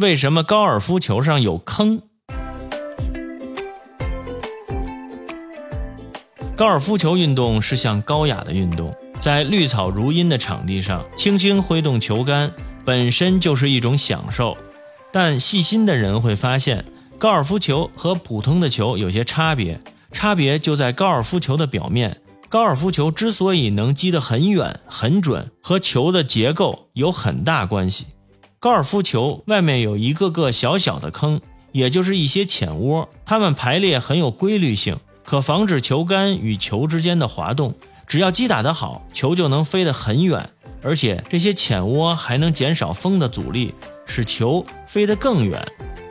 为什么高尔夫球上有坑？高尔夫球运动是项高雅的运动，在绿草如茵的场地上轻轻挥动球杆，本身就是一种享受。但细心的人会发现，高尔夫球和普通的球有些差别就在高尔夫球的表面。高尔夫球之所以能击得很远很准，和球的结构有很大关系。高尔夫球外面有一个个小小的坑，也就是一些浅窝，它们排列很有规律性，可防止球杆与球之间的滑动。只要击打得好，球就能飞得很远，而且这些浅窝还能减少风的阻力，使球飞得更远。